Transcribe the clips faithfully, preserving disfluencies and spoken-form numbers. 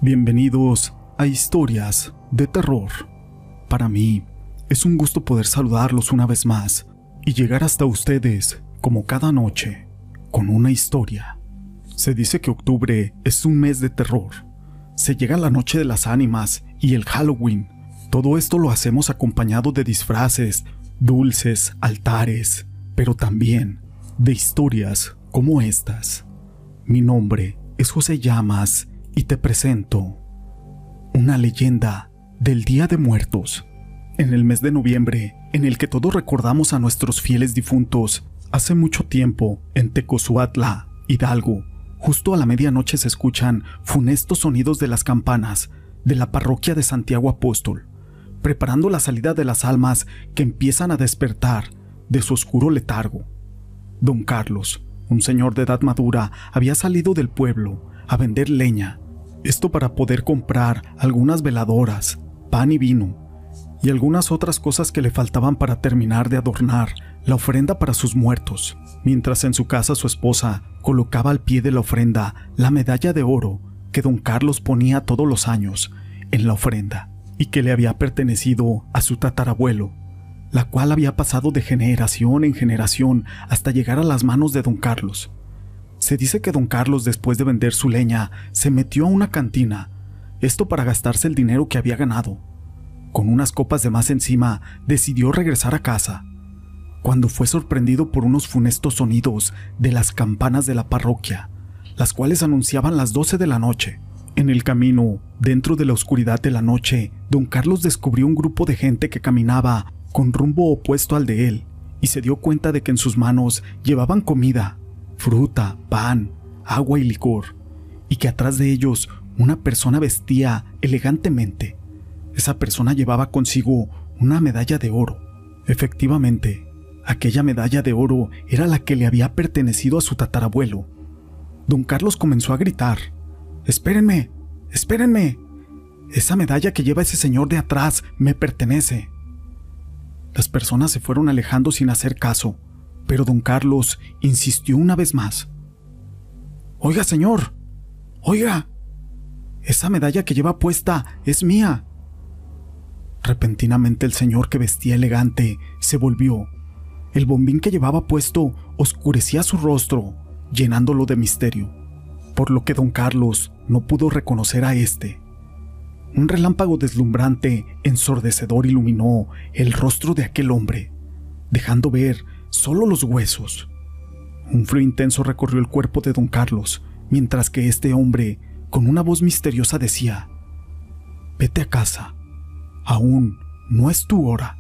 Bienvenidos a Historias de Terror. Para mí es un gusto poder saludarlos una vez más y llegar hasta ustedes como cada noche con una historia. Se dice que octubre es un mes de terror. Se llega la noche de las ánimas y el Halloween. Todo esto lo hacemos acompañado de disfraces, dulces, altares, pero también de historias como estas. Mi nombre es José Llamas y te presento una leyenda del Día de Muertos. En el mes de noviembre, en el que todos recordamos a nuestros fieles difuntos, hace mucho tiempo, en Tecozuatla, Hidalgo, justo a la medianoche se escuchan funestos sonidos de las campanas de la parroquia de Santiago Apóstol, preparando la salida de las almas que empiezan a despertar de su oscuro letargo. Don Carlos, un señor de edad madura, había salido del pueblo a vender leña, esto para poder comprar algunas veladoras, pan y vino, y algunas otras cosas que le faltaban para terminar de adornar la ofrenda para sus muertos, mientras en su casa su esposa colocaba al pie de la ofrenda la medalla de oro que don Carlos ponía todos los años en la ofrenda y que le había pertenecido a su tatarabuelo, la cual había pasado de generación en generación hasta llegar a las manos de don Carlos. Se dice que don Carlos, después de vender su leña, se metió a una cantina, esto para gastarse el dinero que había ganado. Con unas copas de más encima, decidió regresar a casa, cuando fue sorprendido por unos funestos sonidos de las campanas de la parroquia, las cuales anunciaban las doce de la noche. En el camino, dentro de la oscuridad de la noche, don Carlos descubrió un grupo de gente que caminaba con rumbo opuesto al de él, y se dio cuenta de que en sus manos llevaban comida, fruta, pan, agua y licor, y que atrás de ellos una persona vestía elegantemente. Esa persona llevaba consigo una medalla de oro. Efectivamente, aquella medalla de oro era la que le había pertenecido a su tatarabuelo. Don Carlos comenzó a gritar: «¡Espérenme! ¡Espérenme! Esa medalla que lleva ese señor de atrás me pertenece». Las personas se fueron alejando sin hacer caso, pero don Carlos insistió una vez más: «Oiga, señor, oiga, esa medalla que lleva puesta es mía». Repentinamente el señor, que vestía elegante, se volvió. El bombín que llevaba puesto oscurecía su rostro, llenándolo de misterio, por lo que don Carlos no pudo reconocer a éste. Un relámpago deslumbrante, ensordecedor, iluminó el rostro de aquel hombre, dejando ver solo los huesos. Un frío intenso recorrió el cuerpo de don Carlos, mientras que este hombre, con una voz misteriosa, decía: «Vete a casa, aún no es tu hora».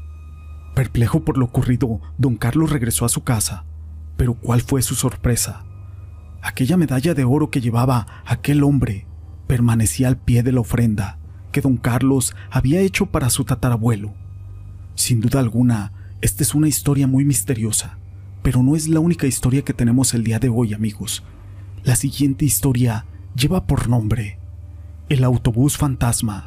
Perplejo por lo ocurrido, don Carlos regresó a su casa, pero ¿cuál fue su sorpresa? Aquella medalla de oro que llevaba aquel hombre permanecía al pie de la ofrenda que don Carlos había hecho para su tatarabuelo. Sin duda alguna, esta es una historia muy misteriosa, pero no es la única historia que tenemos el día de hoy, amigos. La siguiente historia lleva por nombre El Autobús Fantasma.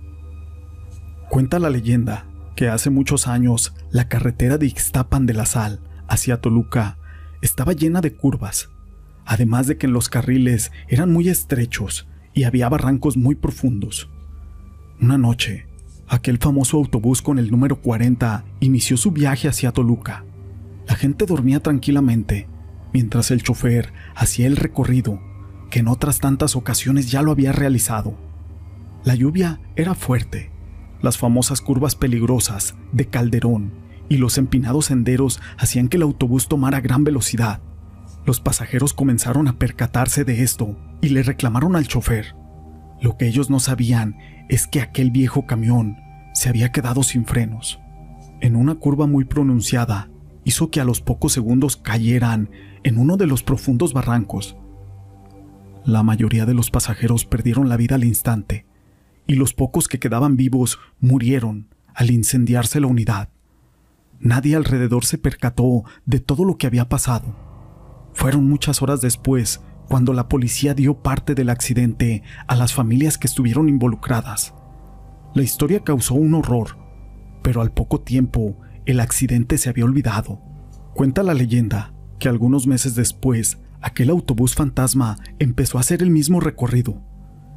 Cuenta la leyenda que hace muchos años la carretera de Ixtapan de la Sal hacia Toluca estaba llena de curvas, además de que en los carriles eran muy estrechos y había barrancos muy profundos. Una noche, aquel famoso autobús con el número cuarenta inició su viaje hacia Toluca. La gente dormía tranquilamente, mientras el chofer hacía el recorrido, que en otras tantas ocasiones ya lo había realizado. La lluvia era fuerte, las famosas curvas peligrosas de Calderón y los empinados senderos hacían que el autobús tomara gran velocidad. Los pasajeros comenzaron a percatarse de esto y le reclamaron al chofer. Lo que ellos no sabían es que aquel viejo camión se había quedado sin frenos. En una curva muy pronunciada, hizo que a los pocos segundos cayeran en uno de los profundos barrancos. La mayoría de los pasajeros perdieron la vida al instante, y los pocos que quedaban vivos murieron al incendiarse la unidad. Nadie alrededor se percató de todo lo que había pasado. Fueron muchas horas después cuando la policía dio parte del accidente a las familias que estuvieron involucradas. La historia causó un horror, pero al poco tiempo el accidente se había olvidado. Cuenta la leyenda que algunos meses después aquel autobús fantasma empezó a hacer el mismo recorrido.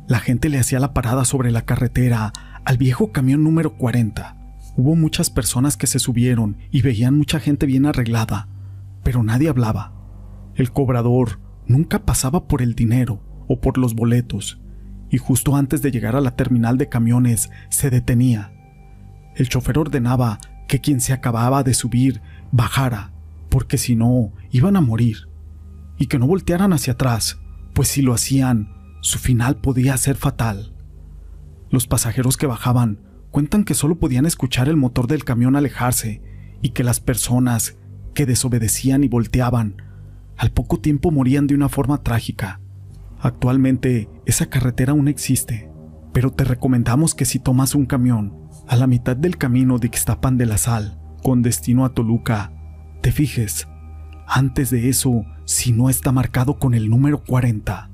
La gente le hacía la parada sobre la carretera al viejo camión número cuarenta. Hubo muchas personas que se subieron y veían mucha gente bien arreglada, pero nadie hablaba. El cobrador nunca pasaba por el dinero o por los boletos, y justo antes de llegar a la terminal de camiones se detenía. El chofer ordenaba que quien se acababa de subir bajara, porque si no, iban a morir, y que no voltearan hacia atrás, pues si lo hacían, su final podía ser fatal. Los pasajeros que bajaban cuentan que solo podían escuchar el motor del camión alejarse y que las personas que desobedecían y volteaban al poco tiempo morían de una forma trágica. Actualmente esa carretera aún existe, pero te recomendamos que si tomas un camión a la mitad del camino de Ixtapan de la Sal con destino a Toluca, te fijes antes de eso si no está marcado con el número cuarenta.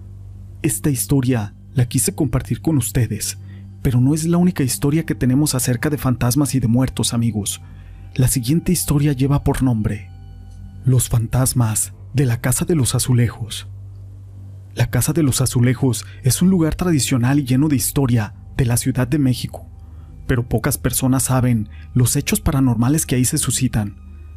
Esta historia la quise compartir con ustedes, pero no es la única historia que tenemos acerca de fantasmas y de muertos, amigos. La siguiente historia lleva por nombre Los fantasmas de la Casa de los Azulejos. La Casa de los Azulejos es un lugar tradicional y lleno de historia de la Ciudad de México, pero pocas personas saben los hechos paranormales que ahí se suscitan.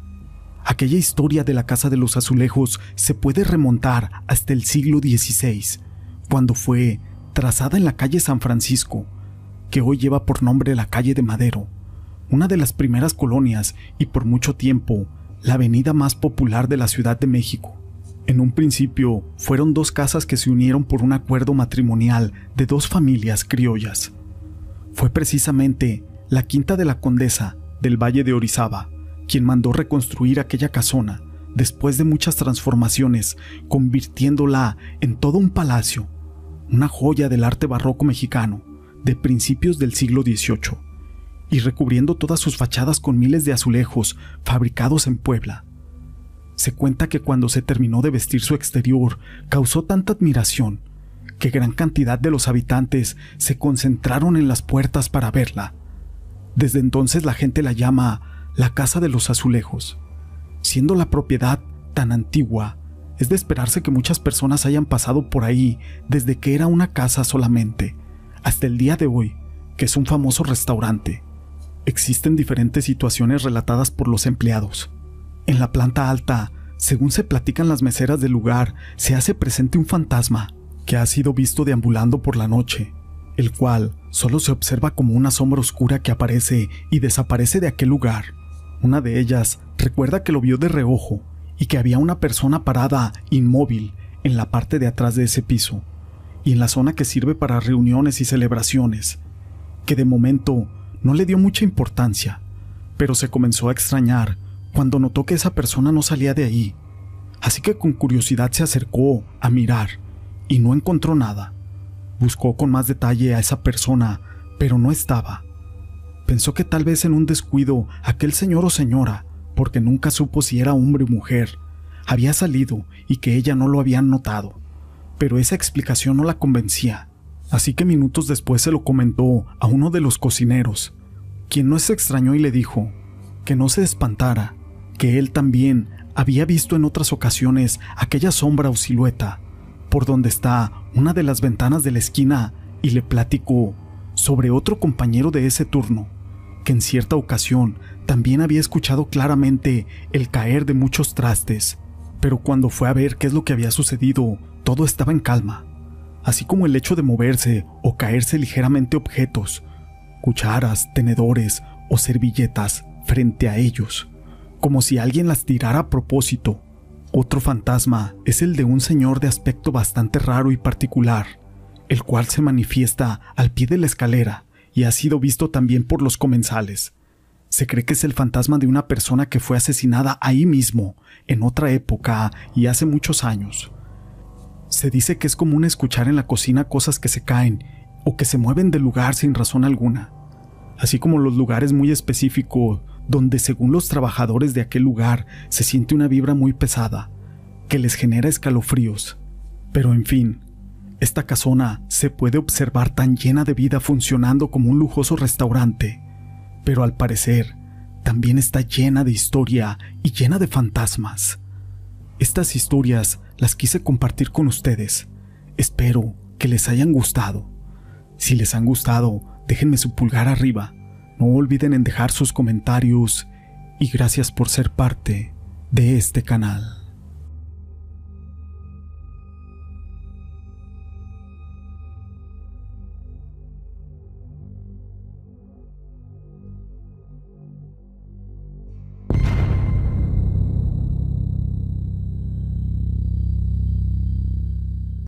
Aquella historia de la Casa de los Azulejos se puede remontar hasta el siglo dieciséis, cuando fue trazada en la calle San Francisco, que hoy lleva por nombre la calle de Madero, una de las primeras colonias y por mucho tiempo la avenida más popular de la Ciudad de México. En un principio fueron dos casas que se unieron por un acuerdo matrimonial de dos familias criollas. Fue precisamente la Quinta de la Condesa del Valle de Orizaba quien mandó reconstruir aquella casona después de muchas transformaciones, convirtiéndola en todo un palacio, una joya del arte barroco mexicano de principios del siglo dieciocho, y recubriendo todas sus fachadas con miles de azulejos fabricados en Puebla. Se cuenta que cuando se terminó de vestir su exterior, causó tanta admiración que gran cantidad de los habitantes se concentraron en las puertas para verla. Desde entonces la gente la llama la Casa de los Azulejos. Siendo la propiedad tan antigua, es de esperarse que muchas personas hayan pasado por ahí desde que era una casa solamente, hasta el día de hoy, que es un famoso restaurante. Existen diferentes situaciones relatadas por los empleados. En la planta alta, según se platican las meseras del lugar, se hace presente un fantasma que ha sido visto deambulando por la noche, el cual solo se observa como una sombra oscura que aparece y desaparece de aquel lugar. Una de ellas recuerda que lo vio de reojo y que había una persona parada inmóvil en la parte de atrás de ese piso y en la zona que sirve para reuniones y celebraciones, que de momento no le dio mucha importancia, pero se comenzó a extrañar cuando notó que esa persona no salía de ahí, así que con curiosidad se acercó a mirar y no encontró nada. Buscó con más detalle a esa persona, pero no estaba. Pensó que tal vez en un descuido aquel señor o señora, porque nunca supo si era hombre o mujer, había salido y que ella no lo había notado, pero esa explicación no la convencía, así que minutos después se lo comentó a uno de los cocineros, quien no se extrañó y le dijo que no se espantara, que él también había visto en otras ocasiones aquella sombra o silueta por donde está una de las ventanas de la esquina, y le platicó sobre otro compañero de ese turno, que en cierta ocasión también había escuchado claramente el caer de muchos trastes, pero cuando fue a ver qué es lo que había sucedido, todo estaba en calma, así como el hecho de moverse o caerse ligeramente objetos, cucharas, tenedores o servilletas frente a ellos, como si alguien las tirara a propósito. Otro fantasma es el de un señor de aspecto bastante raro y particular, el cual se manifiesta al pie de la escalera y ha sido visto también por los comensales. Se cree que es el fantasma de una persona que fue asesinada ahí mismo, en otra época y hace muchos años. Se dice que es común escuchar en la cocina cosas que se caen o que se mueven del lugar sin razón alguna, así como los lugares muy específicos donde según los trabajadores de aquel lugar se siente una vibra muy pesada, que les genera escalofríos. Pero en fin, esta casona se puede observar tan llena de vida funcionando como un lujoso restaurante, pero al parecer también está llena de historia y llena de fantasmas. Estas historias las quise compartir con ustedes. Espero que les hayan gustado. Si les han gustado, déjenme su pulgar arriba. No olviden en dejar sus comentarios y gracias por ser parte de este canal.